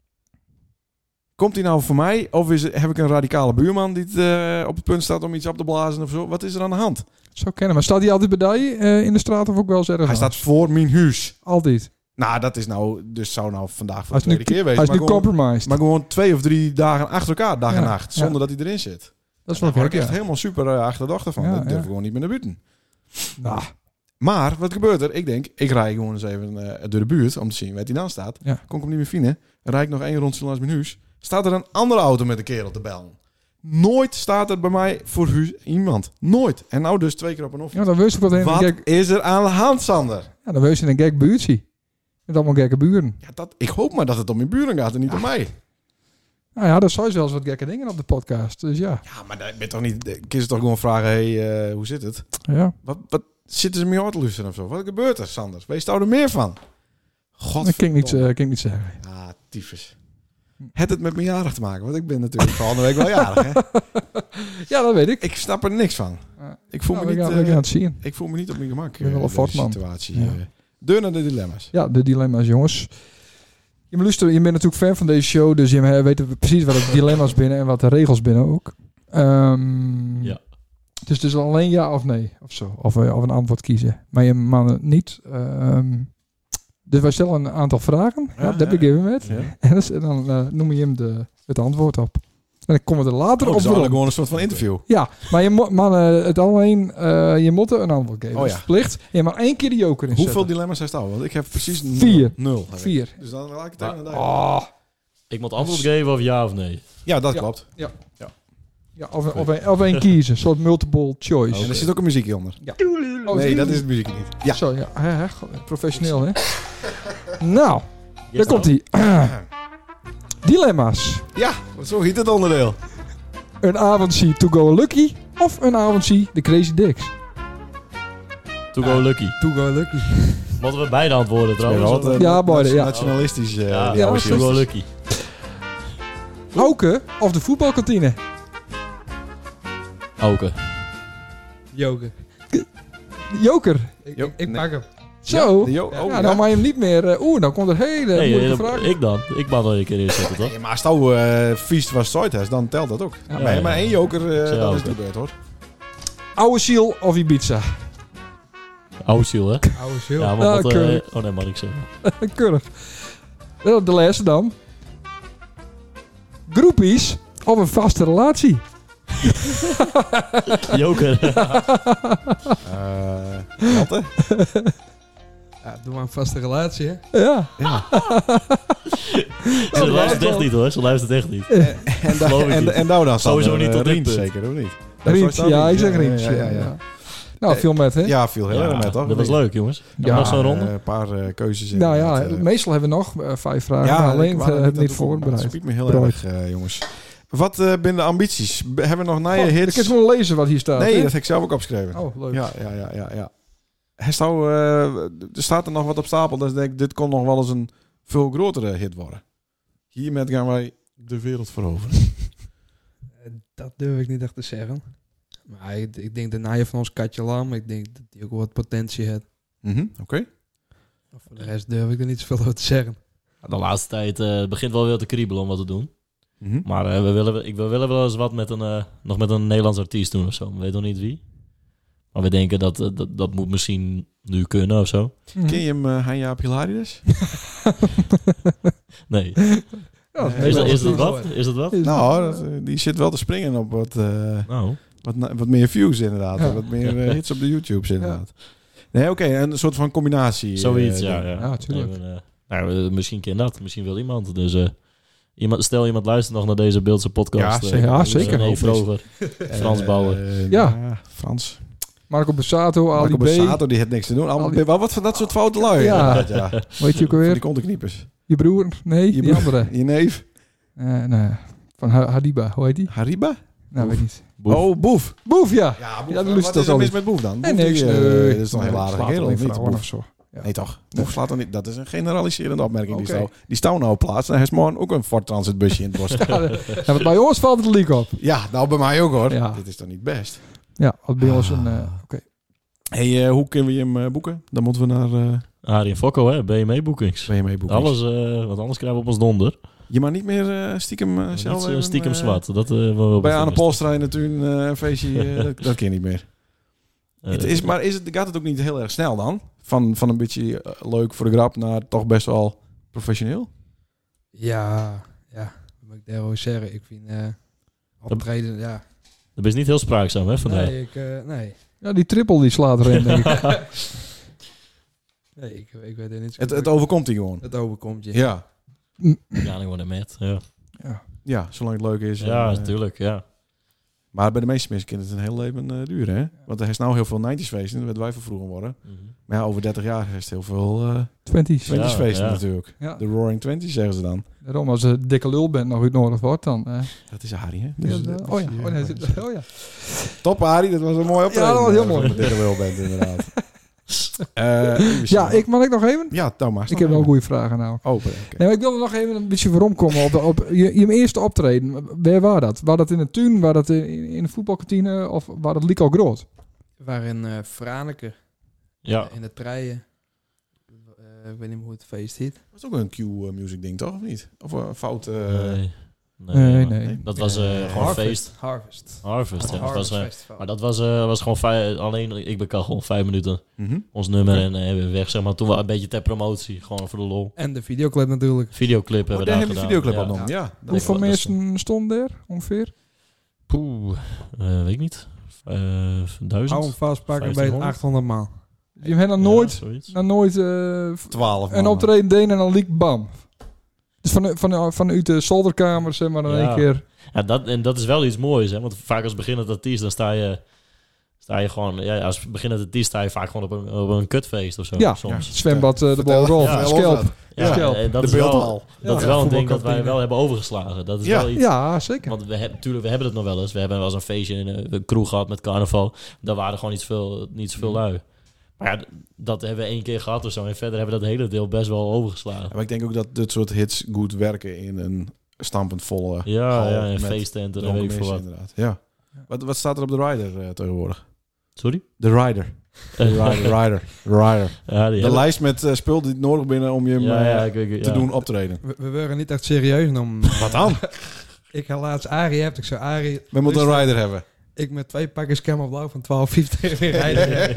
Komt hij nou voor mij? Of heb ik een radicale buurman die op het punt staat om iets op te blazen of zo? Wat is er aan de hand? Zo kennen. Maar staat hij altijd bij die in de straat of ook wel eens ergens? Hij staat voor mijn huis. Altijd. Nou, dat is nou... Dus zou nou vandaag voor Hij de is nu, tweede keer wezen. hij is nu Maar gewoon, compromised. maar gewoon 2 of 3 dagen achter elkaar, dag en Ja, nacht. ja. Zonder dat hij erin zit. dat is Daar wel word gek, ik echt ja. helemaal super achterdochtig van. Ja, Dat durf ja. ik gewoon niet meer naar buiten. Nou, Maar, wat gebeurt er? Ik denk, ik rij gewoon eens even door de buurt om te zien waar hij dan staat. Ja. Kom ik hem niet meer vinden. Rijd ik nog 1 rondje langs mijn huis. Staat er een andere auto met een kerel te bellen. Nooit staat er bij mij voor huis iemand. Nooit. En nou dus 2 keer op een of. ja, dan wist ik wat in een Wat gek... is er aan de hand, Sander? Ja, dan wist je een gek buurtje. Met allemaal gekke buren. Ja, ik hoop maar dat het om mijn buren gaat en niet om mij. Nou ja, dat zou je wel eens wat gekke dingen op de podcast. Dus ja. Ja, maar dat ben toch niet... Kun je toch gewoon vragen, hey, hoe zit het? Ja. Wat zitten ze met je te luisteren of zo? Wat gebeurt er, Sander? Wees daar er meer van. God. Dat kan ik niet zeggen. Ah, tyfus. Het met mijn jarig te maken, want ik ben natuurlijk volgende week wel jarig, hè? Ja, dat weet ik. Ik snap er niks van. Ja. Ik voel Nou, me we niet... gaan het zien. ik voel me niet op mijn gemak. ben wel een in fort deze man. situatie. Ja. Deur naar de dilemma's. Ja, de dilemma's, jongens. Je bent natuurlijk fan van deze show, dus je weet precies wat de dilemma's binnen en wat de regels binnen ook. Ja. Dus het is alleen ja of nee, of zo. Of een antwoord kiezen. Maar je mag niet. Dus wij stellen een aantal vragen. Ja, dat begin we met. Ja. En dan noem je hem het antwoord op. En dan komen we er later Ook op zo, terug. gewoon een soort van interview. Ja, maar het alleen, je moet er een antwoord geven. Oh Dat ja. is verplicht. Je mag 1 keer de joker inzetten. Hoeveel dilemma's heeft al? Want ik heb precies 4. 0. 4. Dus dan laat ik het even naar jou. Oh. Ik moet antwoord geven of ja of nee. Ja, dat Ja. klopt. Ja, of één kiezen. Een soort multiple choice. En er zit ook een muziekje onder. Oh, Nee, dat is het muziekje niet. Ja. Zo, ja. Professioneel, hè? Nou, daar Yes, komt hij. Dilemma's. Ja, zo heet het onderdeel. Een avondje to go lucky of een avondje de Crazy Dicks? To go lucky. To go lucky. Moeten we beide antwoorden trouwens? Ja, beide, ja. Nationalistisch. Ja, ja, to zo go is lucky. Hauke of de voetbalkantine? Auken. Joke. Joker. Ik pak hem. Zo. Ja, Ja, dan mag je hem niet meer... nou komt er hele moeilijke vraag. Ik dan. Ik mag nog een keer eerst zitten, toch? Nee, maar als jou vies was Zoiets, dan telt dat ook. Ja. Ja, maar één joker, dan is oké. het gebeurd, hoor. Oude Ziel of Ibiza? Oude ziel, hè? Oude ziel. Ja, maar Ah, wat... keurig. oh nee, mag ik zeggen. Keurig. De laatste dan. Groepies of een vaste relatie? Joker. Jelte? Ja, doe maar een vaste relatie, hè. Ja. Ja. Ze luistert echt niet, hoor. Ze luistert echt niet. Geloof ik niet. En nou dan Sowieso Sander, niet tot dit Riens, punt. zeker, of niet? Riens, ja, ik zeg Riens. Ja. Nou, veel met, hè? Ja, viel heel erg met, toch? Dat was leuk, jongens. Ja, Ja, nog zo'n ronde? Een paar keuzes in. Nou ja, dat, meestal hebben we nog 5 vragen, maar alleen het niet Dat voorbereid. spiet me heel Voorbereid. erg, jongens. Wat binnen de ambities? Hebben we nog naar je Ik hits? kan wel lezen wat hier staat. Nee, hè? dat heb ik zelf ook opgeschreven. Oh, leuk. Ja. Er staat er nog wat op stapel. Dus denk ik, dit kon nog wel eens een veel grotere hit worden. Hiermee gaan wij de wereld veroveren. Dat durf ik niet echt te zeggen. Maar ik denk de naaien van ons Katje Lam. Ik denk dat die ook wel wat potentie heeft. Oké. Maar voor de rest durf ik er niet zoveel over te zeggen. De laatste tijd begint wel weer te kriebelen om wat te doen. Maar we willen wel eens wat met nog met een Nederlands artiest doen of zo. We weten nog niet wie. Maar we denken dat moet misschien nu kunnen of zo. Mhm. Ken je hem, Hanja Pilarides? Nee. Ja, Is dat wat? Is dat wat? Nou, die zit wel te springen op Nou. wat meer views inderdaad. Ja. Wat meer hits op de YouTube's inderdaad. Nee, oké. Een soort van combinatie. Zoiets, ding. ja. tuurlijk. Misschien ken dat. Misschien wil iemand. Dus stel iemand luistert nog naar deze Beeldse podcast. Ja, zeker. Ja, zeker. Nee, Vroger. Frans Bauer. Ja. Frans. Marco Bussato, Ali Marco B. Bussato, die heeft niks te doen. Allemaal, wat van dat soort foute lui. Ja. inderdaad, ja. Weet je ook Van alweer? die kontenkniepers. Je broer? Nee, Je die broer. andere. Je neef. Nee, van Hadiba. Hoe heet die? Hariba? Nou, weet ik niet. Boef. Oh, Boef. Boef, ja. Ja, Ja, dat wat lust is dat er al mis niet. met Boef dan? Nee, Boef, niks. die, dat is toch een heel aardige slaat kerel, alleen niet? vrouwen Boef. of zo. Ja. Nee toch? Boef slaat er niet. Dat is een generaliserende opmerking. Oké. Die staan nou op plaats. En hij is morgen ook een Ford Transit busje in het bos. Ja, want bij ons valt het leak op. Ja, nou bij mij ook hoor. Ja. Dit is dan niet best. Ja, wat bij ons een... Oké. Hey, hoe kunnen we hem boeken? Dan moeten we naar Arie en Fokko, hè? BME Boekings. BME boeken. Alles, want anders krijgen we op ons donder. Je mag niet meer stiekem zelf Niet even, stiekem zwart. Dat we bij Anne Polstra in natuurlijk een feestje. Dat kan je niet meer. Maar gaat het ook niet heel erg snel dan? Van een beetje leuk voor de grap naar toch best wel professioneel? Ja. Wat moet ik daarover zeggen? Ik vind optreden, ja. Dat is niet heel spraakzaam, hè, vandaag. Nee, Ja, die triple die slaat erin, denk ik. nee, ik weet het niet zo Het goed. overkomt hij gewoon. Het overkomt je. Ja. Ja, dan gewoon met. Ja, Ja, zolang het leuk is. ja En, natuurlijk, ja. maar bij de meeste mensen kan het een heel leven duren, hè? Want er is nou heel veel 90s feesten, dat werd wij van vroeger worden. Maar ja, over 30 jaar is het heel veel 20's. 20s Ja, feesten ja. natuurlijk. Ja. De Roaring 20s zeggen ze dan. Daarom, als je dikke lul bent nog uitnodigd wordt, dan... Dat is Harry, hè? ja, oh ja. Top, Harry. Dat was een mooi optreden. Ja, dat was heel mooi. Als je dikke lul bent, inderdaad. Ja, mag ik nog even? Ja, Thomas. Ik heb wel een goede vragen nou. Oké. Nee, maar ik wilde nog even een beetje voorom komen op je eerste optreden. Waar was dat? Was dat in de tuin? Was dat in de voetbalkantine? Of was dat liek al groot? We waren in Franeker. Ja. In de treien. Ik weet niet meer hoe het feest heet. Dat was ook een Q-music ding, toch? Of niet? Of een fout... Nee. Dat was gewoon een Harvest. feest. Harvest. Harvest, ja. Dat was, Festival. maar dat was gewoon alleen, ik bekal gewoon 5 minuten Mhm. ons nummer en weer weg, zeg maar. Toen wel een beetje ter promotie, gewoon voor de lol. En de videoclip natuurlijk. Videoclip hebben we daar daar hebben gedaan. we videoclip ja. opgenomen. Ja. Dat Hoeveel dat is- mensen stonden er ongeveer? Poeh, weet ik niet. 1000? Hou hem vast, pakken bij 1500. 800 maal. Je hebt nog Ja, nooit, zoiets. 12 een optreden deed en dan liek bam. Dus vanuit de zolderkamer, zeg maar, dan Ja. één keer... Ja, dat is wel iets moois, hè. Want vaak als beginnend artiest, dan sta je gewoon... Ja, als beginnend artiest sta je vaak gewoon op een kutfeest of zo. Ja, soms. het zwembad, de Vertel. bal rolf, Ja, de schelp. Ja, Schelp. en dat De is wel, beeldhal. dat is Ja, wel een ding dat wij voetbalkantine. wel hebben overgeslagen. Dat is Ja. wel iets... Ja, zeker. Want we hebben het nog wel eens. We hebben wel eens een feestje in een kroeg gehad met carnaval. Daar waren gewoon niet zoveel lui. Maar ja, dat hebben we 1 keer gehad of zo. En verder hebben we dat hele deel best wel overgeslagen. Maar ik denk ook dat dit soort hits goed werken in een stampend volle Ja, hal ja, en met feesttent en dronken weet ik veel mensen, wat. inderdaad. Ja. Wat staat er op de rider tegenwoordig? Sorry? De rider. Rider. Ja, De lijst met spul die nodig binnen om je hem te doen optreden. We waren niet echt serieus om... Wat dan? Ik had laatst Arie hebt. Ik zei Arie... We moeten een rider hebben. Ik met 2 pakjes Camel Blauw van 12,50 weer rijden.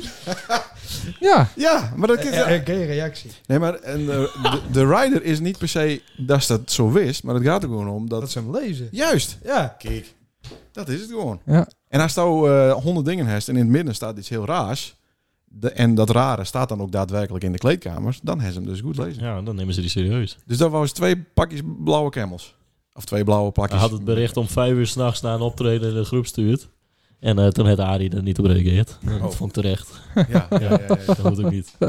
Ja. Ja, maar dat is... Geen reactie. Nee, maar en de rider is niet per se dat dat zo is, maar het gaat er gewoon om dat... Dat ze hem lezen. Juist. Ja. Kijk. Dat is het gewoon. Ja. En als je 100 dingen hebt en in het midden staat iets heel raars, en dat rare staat dan ook daadwerkelijk in de kleedkamers, dan hebben ze hem dus goed lezen. Ja, dan nemen ze die serieus. Dus dat was 2 pakjes blauwe Camels. Of 2 blauwe plakjes. Hij had het bericht om 5 uur 's nachts naar een optreden in de groep stuurt. En toen had Arie er niet op gereageerd. Dat vond ik terecht. Ja. Dat moet ook niet.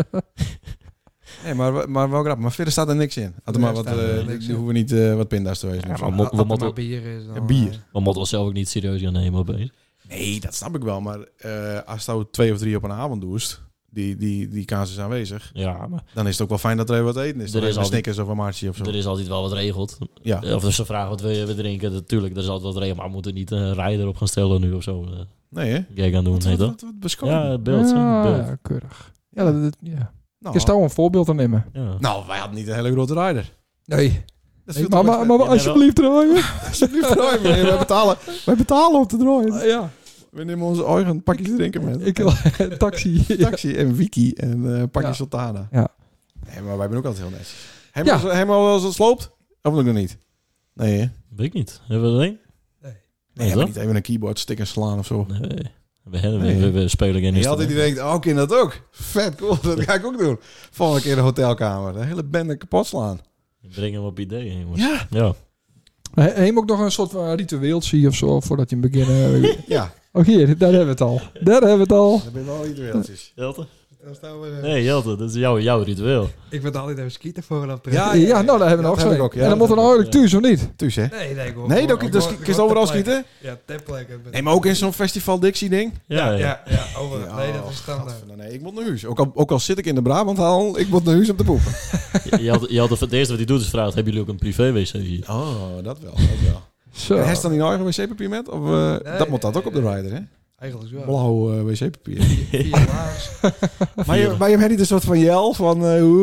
Nee, maar wel grappig. Maar verder staat er niks in. Had er maar wat, hoeven we niet wat pinda's te wezen. Ja, of zo. maar we moeten bier is dan... Ja, bier. we moeten onszelf ook niet serieus gaan nemen opeens. Nee, dat snap ik wel. Maar als je 2 of 3 op een avond doet, die kans is aanwezig. Ja, maar Dan is het ook wel fijn dat er even wat eten is. Er Er is is een Snickers of een Martje of zo. er is altijd wel wat regeld. Ja. Of als ze vragen wat wil je drinken, natuurlijk, er is altijd wat regeld. Maar we moeten niet een rijder op gaan stellen nu of zo. Nee, hè? Gek gaan doen, heet dat? Wat beschoten. Ja, het beeld. hè, het beeld. Ja, keurig. Ja, dat ja. Nou, Je zou een voorbeeld aan nemen. Ja. nou, wij hadden niet een hele grote rider. Nee. Dat Nee, viel toch maar best alsjeblieft draaien. alsjeblieft draaien. Wij betalen om te draaien. Ja. We nemen onze eigen pakjes drinken met. Ik taxi. Taxi en Wiki en pakjes Ja. Sultana. Ja. Nee, maar wij zijn ook altijd heel netjes. Ja. Hebben we wel eens sloopt? Of nog niet? Nee, hè? Weet ik niet. Hebben we er een? Nee, Is hebben dat? niet even een keyboard sticker slaan of zo. Nee. Nee. We spelen geen En je altijd instrument. die denkt, oh, ik kan dat ook. Vet cool, dat ga ik ook doen. Volgende keer de hotelkamer. De hele bende kapot slaan. Breng hem op ideeën, jongens. Ja. Ja. Heem ook nog een soort van ritueeltje of zo, voordat je begint. Ja, Oh, hier, daar hebben we het al. Daar hebben we het al. dat ben wel ritueeltjes. Jelte? Dan staan we, Nee, Jelte, dat is jouw ritueel. Ik ben altijd even skieten voor op. Ja, nou, daar hebben we nog dat heb ik zo. ook, ja. En dan moeten we nou eigenlijk thuis, of niet? Thuis, hè? Nee, ik Nee, dat kun je overal schieten. Ja, ter plekke. Nee, maar ook in zo'n Festival Dixie ding. Ja, over. Nee, dat is standaard. Gadverdamme, nee, ik moet naar huis. Ook al zit ik in de Brabanthaal, ik moet naar huis om te poepen. Jelte, het eerste wat hij doet is vraagt, hebben jullie ook een privé-wc hier? Oh, dat wel. Dat wel. Zo. En hij dan die eigen wc-papier met? Of, dat moet dat ook op de rider, hè? Eigenlijk wel. Blauw wc-papier. 4 laars. Maar je hebt niet een soort van jel van...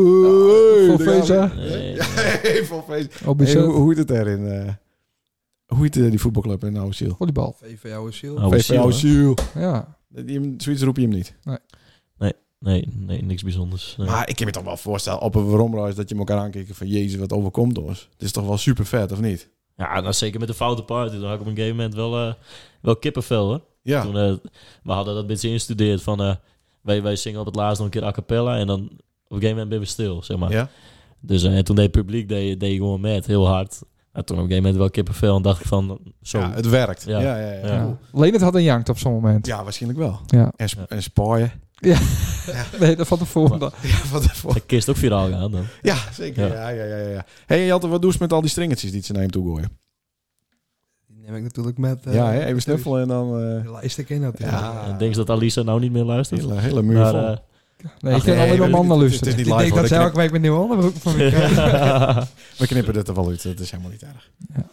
Voor Veza. Nee. Nee, vol feest. Op Hey, je hoe heet het erin? Hoe heet die voetbalclub in Oude Ziel? volleybal. VV Oude Ziel. Oude VV Ziel, Oude hè? Ziel. Ja. Zoiets roep je hem niet. Nee, niks bijzonders. Nee. Maar ik kan me toch wel voorstellen op een waarom-reis dat je elkaar aankijkt van Jezus, wat overkomt ons. Het is toch wel super vet, of niet? Ja, nou, zeker met de foute party. Dan had ik op een gegeven moment wel kippenvel, hoor. Ja. Toen, we hadden dat een beetje ingestudeerd van... wij zingen op het laatst nog een keer a cappella en dan op een gegeven moment ben we stil, zeg maar. Ja. Dus en toen deed het publiek deed gewoon met, heel hard. En toen op een gegeven moment wel kippenvel en dacht ik van... Zo. Ja, het werkt. Ja. Ja. Ja. Ja. Leendert had een jankt op zo'n moment. Ja, waarschijnlijk wel. Ja. En spaaien. Nee, dat van tevoren. Ja, wat ervoor. De kist ook viraal gaan dan. Ja, zeker. Ja. Hey, Jelte, wat doe je met al die stringetjes die ze naar hem toe gooien? Die neem ik natuurlijk met... Ja, hè? Even snuffelen en dan... De lijst ik in natuurlijk. Ja. En denk je dat Alisa nou niet meer luistert? hele muur Maar, vol. Nee, ik Ach, ken nee, alleen maar mannen het is luisteren. niet Ik live, denk hoor. dat zij elke week met nieuwe onderbroek van me krijgen. We knippen dit er wel uit. Dat is helemaal niet erg.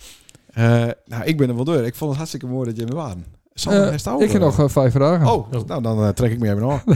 Ja. Nou, ik ben er wel door. Ik vond het hartstikke mooi dat je me waren. Sander, hij staat Ik heb nog 5 vragen. Oh, nou dan trek ik me even af.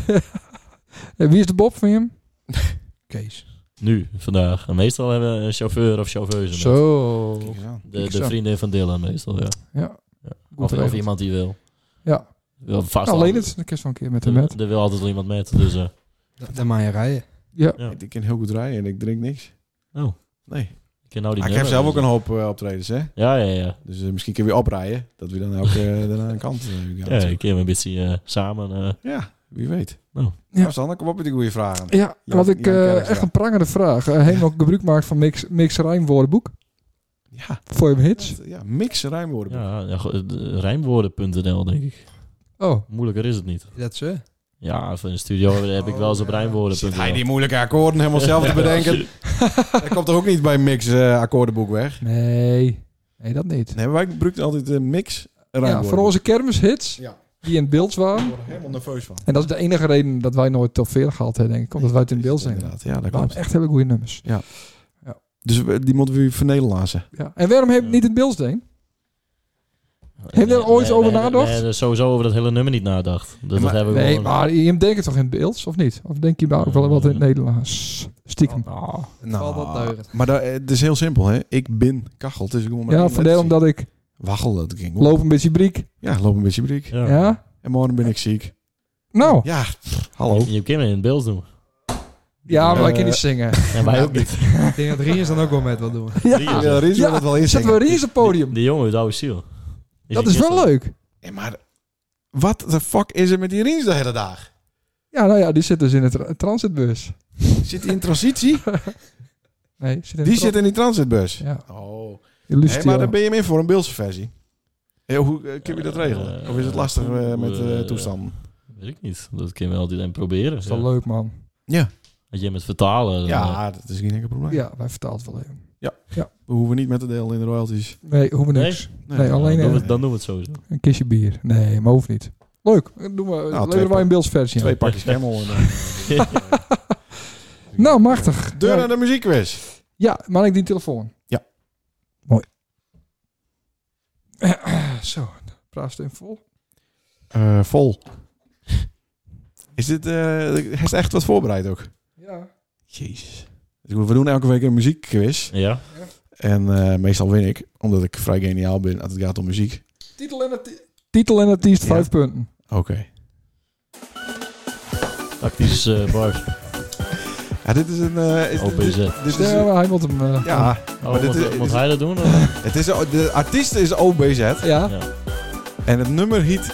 Wie is de Bob van je? Kees. Nu, vandaag. En meestal hebben we een chauffeur of chauffeuse. Zo. Kijk eens aan. De vriendin van Dylan meestal, ja. Ja. Of iemand die wil. Ja. Wil vast Alleen altijd- het. Dan kun je wel een keer met hem met. Er wil altijd wel iemand met, dus... De maaierij. Ja. ja. Ik kan heel goed rijden en ik drink niks. Oh, Nee. ik ken nou die Maar ik heb nummer, zelf ook dus- een hoop optredens, hè? Ja. Dus misschien kun je weer oprijden. Dat we dan ook daarna een kant gaan. Ja, ik ken een beetje samen. Ja, wie weet. Oh. Ja. Nou, Sander, kom op met die goede vragen. Ja, Ja, wat ik Jan Kerks, echt ja. een prangende vraag. Heeft nog gebruik gemaakt van Mix Rijmwoordenboek? Ja, Voor je hits? ja mix rijmwoorden. Rijmwoorden.nl, denk ik. Oh. Moeilijker is het niet. Dat ze? Ja, voor een studio heb ik wel eens op ja. rijmwoorden.nl. Zit hij die moeilijke akkoorden helemaal zelf te bedenken? Dat komt toch ook niet bij mix akkoordenboek weg? Nee. Nee, dat niet. Nee, maar wij gebruiken altijd mix Ja, rijmwoorden. voor onze kermishits, Ja. die in het beeld Ik waren. word er helemaal nerveus van. En dat is de enige reden dat wij nooit top 40 gehaald hebben, denk ik. Omdat wij het in het beeld zijn. Inderdaad, ja, dat We hebben klopt. echt hele goede nummers. Dus die moeten we vernederlazen. Ja. En waarom heb je het niet in het beeld staan? Heb je er ooit over nagedacht? We hebben sowieso over dat hele nummer niet nagedacht. Dat hebben we Nee, gewoon... maar je denkt het toch in het beeld, of niet? Of denk je maar ook wel wat in het Nederlands? Stiekem. Nou, valt wat deuren. maar het is heel simpel, hè. Ik ben kachel. Dus ik moet maar Ja, één vandaar letter omdat ik zien. Waggel, dat ging. loop een beetje briek. Ja, loop een beetje briek. Ja? En morgen ben ik ziek. Nou, Ja, hallo. Je kan me in het beeld doen. ja, maar ik kan niet zingen. En wij ook niet. Ik denk dat Ries dan ook wel met wil doen. Ja, Ja, Ries wil het wel zetten inzingen. we Ries op het podium. Die jongen uit Oude Ziel. Dat is wel leuk. Ja, maar wat de fuck is er met die Riens de hele dag? Ja, nou ja, die zit dus in de transitbus. Zit hij in transitie? Nee, zit in Die de zit in die transitbus. Ja. Oh. Illusio. Hey, maar dan ben je hem in voor een Beelse versie. Hoe kun je dat regelen? Of is het lastig met toestanden? Weet ik niet. Dat kunnen we altijd even proberen. Dat is wel leuk, man. Ja. Dat je met vertalen... Ja, dat is geen enkel probleem. Ja, wij vertaalt wel even. We hoeven niet met te delen in de royalties. Nee, hoeven niks. Nee, alleen dan doen we het sowieso. een kistje bier. Nee, maar hoeft niet. Leuk. Doen we, Nou, leveren wij een beeldsversie. 2 pakjes Camel. En, Nou, machtig. deur Ja. naar de muziekquiz. Ja, maar ik die telefoon. Ja. Mooi. Zo, praat even vol. Vol. Is dit... heeft echt wat voorbereid ook? Ja. Jezus. We doen elke week een muziekquiz. Ja? En meestal win ik. Omdat ik vrij geniaal ben als het gaat om muziek. Titel en artiest, Ja. 5 punten. Oké. Tactisch bars. Ja, dit is een... OPZ. Dit is, Ja, maar hij moet hem... ja, Oh, maar dit moet is, hij dat doen? Of? het is, de artiest is OBZ. Ja. Ja. En het nummer heet...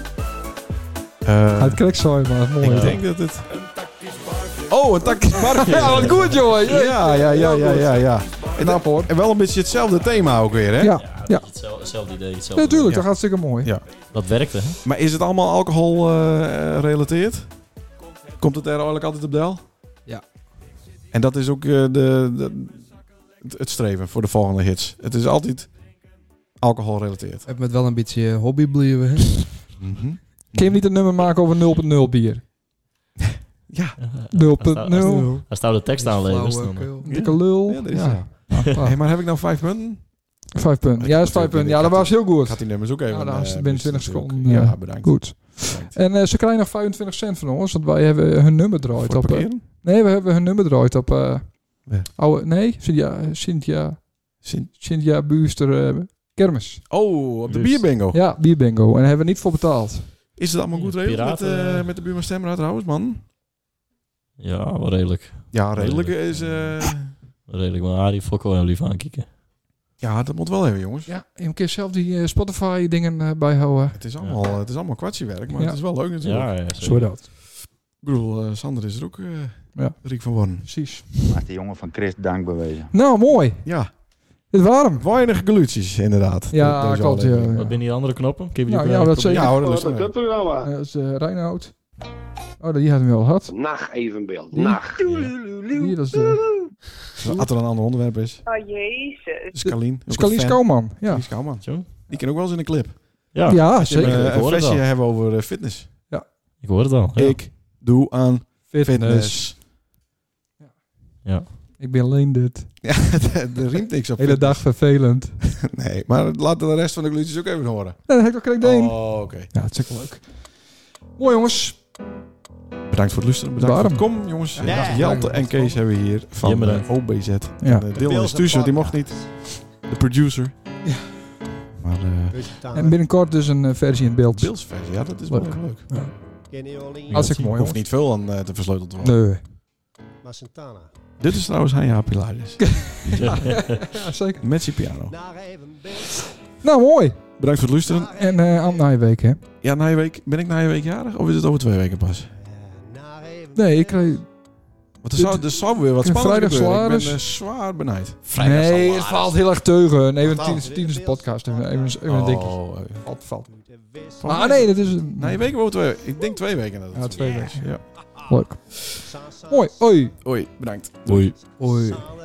Hij krijgt zo, maar mooi. ik denk dat het... Oh, een tactisch barkje. Ja, wat goed, jongen. Ja. Knap, hoor. En wel een beetje hetzelfde thema ook weer, hè? Ja, Ja. Hetzelfde idee. Hetzelfde natuurlijk. Ja. Dat gaat hartstikke mooi. Ja. Dat werkte, hè? Maar is het allemaal alcohol gerelateerd? Komt het er eigenlijk altijd op del? Ja. En dat is ook het streven voor de volgende hits. Het is altijd alcohol gerelateerd. Heb met wel een beetje hobby blijven. hè? Kun je niet een nummer maken over 0.0 bier? Ja. 0.0. Als daar de tekst aanlevert, dan... Flauwekul. Dikke lul. Ja, dat is Ja. Hey, maar heb ik nou 5 punten? 5 punten. Ja, dat is 5 punten. Ja, dat was heel goed. Gaat die nummers ook even... Ja, dan is het binnen 20 seconden. Ja, bedankt. Goed. Bedankt. En ze krijgen nog 25 cent van ons, want wij hebben hun nummer Voor draait het op... parkeren? nee, we hebben hun nummer draait op... Ja. oude, nee, Cynthia Buurster kermis. Oh, op de Dus- bierbingo. Ja, bierbingo. En daar hebben we niet voor betaald. Is het allemaal goed geregeld met, Piraten, met de buurman Stemra trouwens, man? Ja, wel redelijk. Ja, redelijk is... Redelijk, maar Arie Fokko en lief aankijken. ja, dat moet wel even, jongens. Ja, je kunt zelf die Spotify dingen bijhouden. Het is allemaal kwartiewerk, maar Ja. het is wel leuk natuurlijk. Ja, Zo dat. Ik bedoel, Sander is er ook Ja. riek van worden. Precies. Maar de jongen van Chris dank bewezen. Nou, mooi. Ja, Het warm. weinig geluidjes inderdaad. Ja, Deze klopt. Ja, aflevering. Wat ben die andere knoppen? Kun je die Nou, ook, ja, dat proberen? zeker. Ja hoor, dat is wel. Dat is Reinoud. Oh, die hadden we al gehad. Nacht evenbeeld. Die? Nacht. Hier, dat is Als er een ander onderwerp is. Oh jezus. Scalien. Scalien Skouwman. Ja. Scalien Skouwman. Zo? Die kan ook wel eens in een clip. Ja, Ja, zeker. ik Een hoor het flesje al. hebben over fitness. Ik hoor het al. Ja. Ik doe aan fitness. Ja. Ik ben alleen dit. Ja, er riemt niks op De hele dag fitness. vervelend. Nee, maar laten we de rest van de glutjes ook even horen. Nee, dat heb ik ook correct deen. Oh, oké. Ja, het is ook leuk. Mooi, jongens. Bedankt voor het luisteren. Bedankt Waarom? voor het komen, jongens. Ja. Jelte en Kees hebben we hier Ja, van bedankt. OBZ. Ja. En, Dylan is thuis, want die mocht niet. De producer. Ja. Maar En binnenkort dus een versie in beeld. Bills versie, ja, dat is wel Leuk. leuk. Hartstikke mooi, Hoeft jongens. niet veel aan te versleuteld te worden. Nee. Maar Santana. Dit is trouwens Hanja Pilaris. Ja, zeker. Met zijn piano. Nou, mooi. Bedankt voor het luisteren. En aan na je week, hè? Ja, na je week, ben ik na je week jarig of is het over 2 weken pas? Nee, ik kreeg... Want er zou weer wat Ik heb spannend vrijdag gebeuren. Ik salaris. ben zwaar benijd. Nee, het valt heel erg teugen. Even Wat dan? tijdens de podcast. Even een dingetje. Oh, Valt. van Ah, mij- nee, dat is... Na je week of over 2 weken? Ik denk 2 weken. Dat het Ja, zo 2 is. weken. Ja. Leuk. Mooi. Hoi. Hoi, bedankt. Doei. Hoi.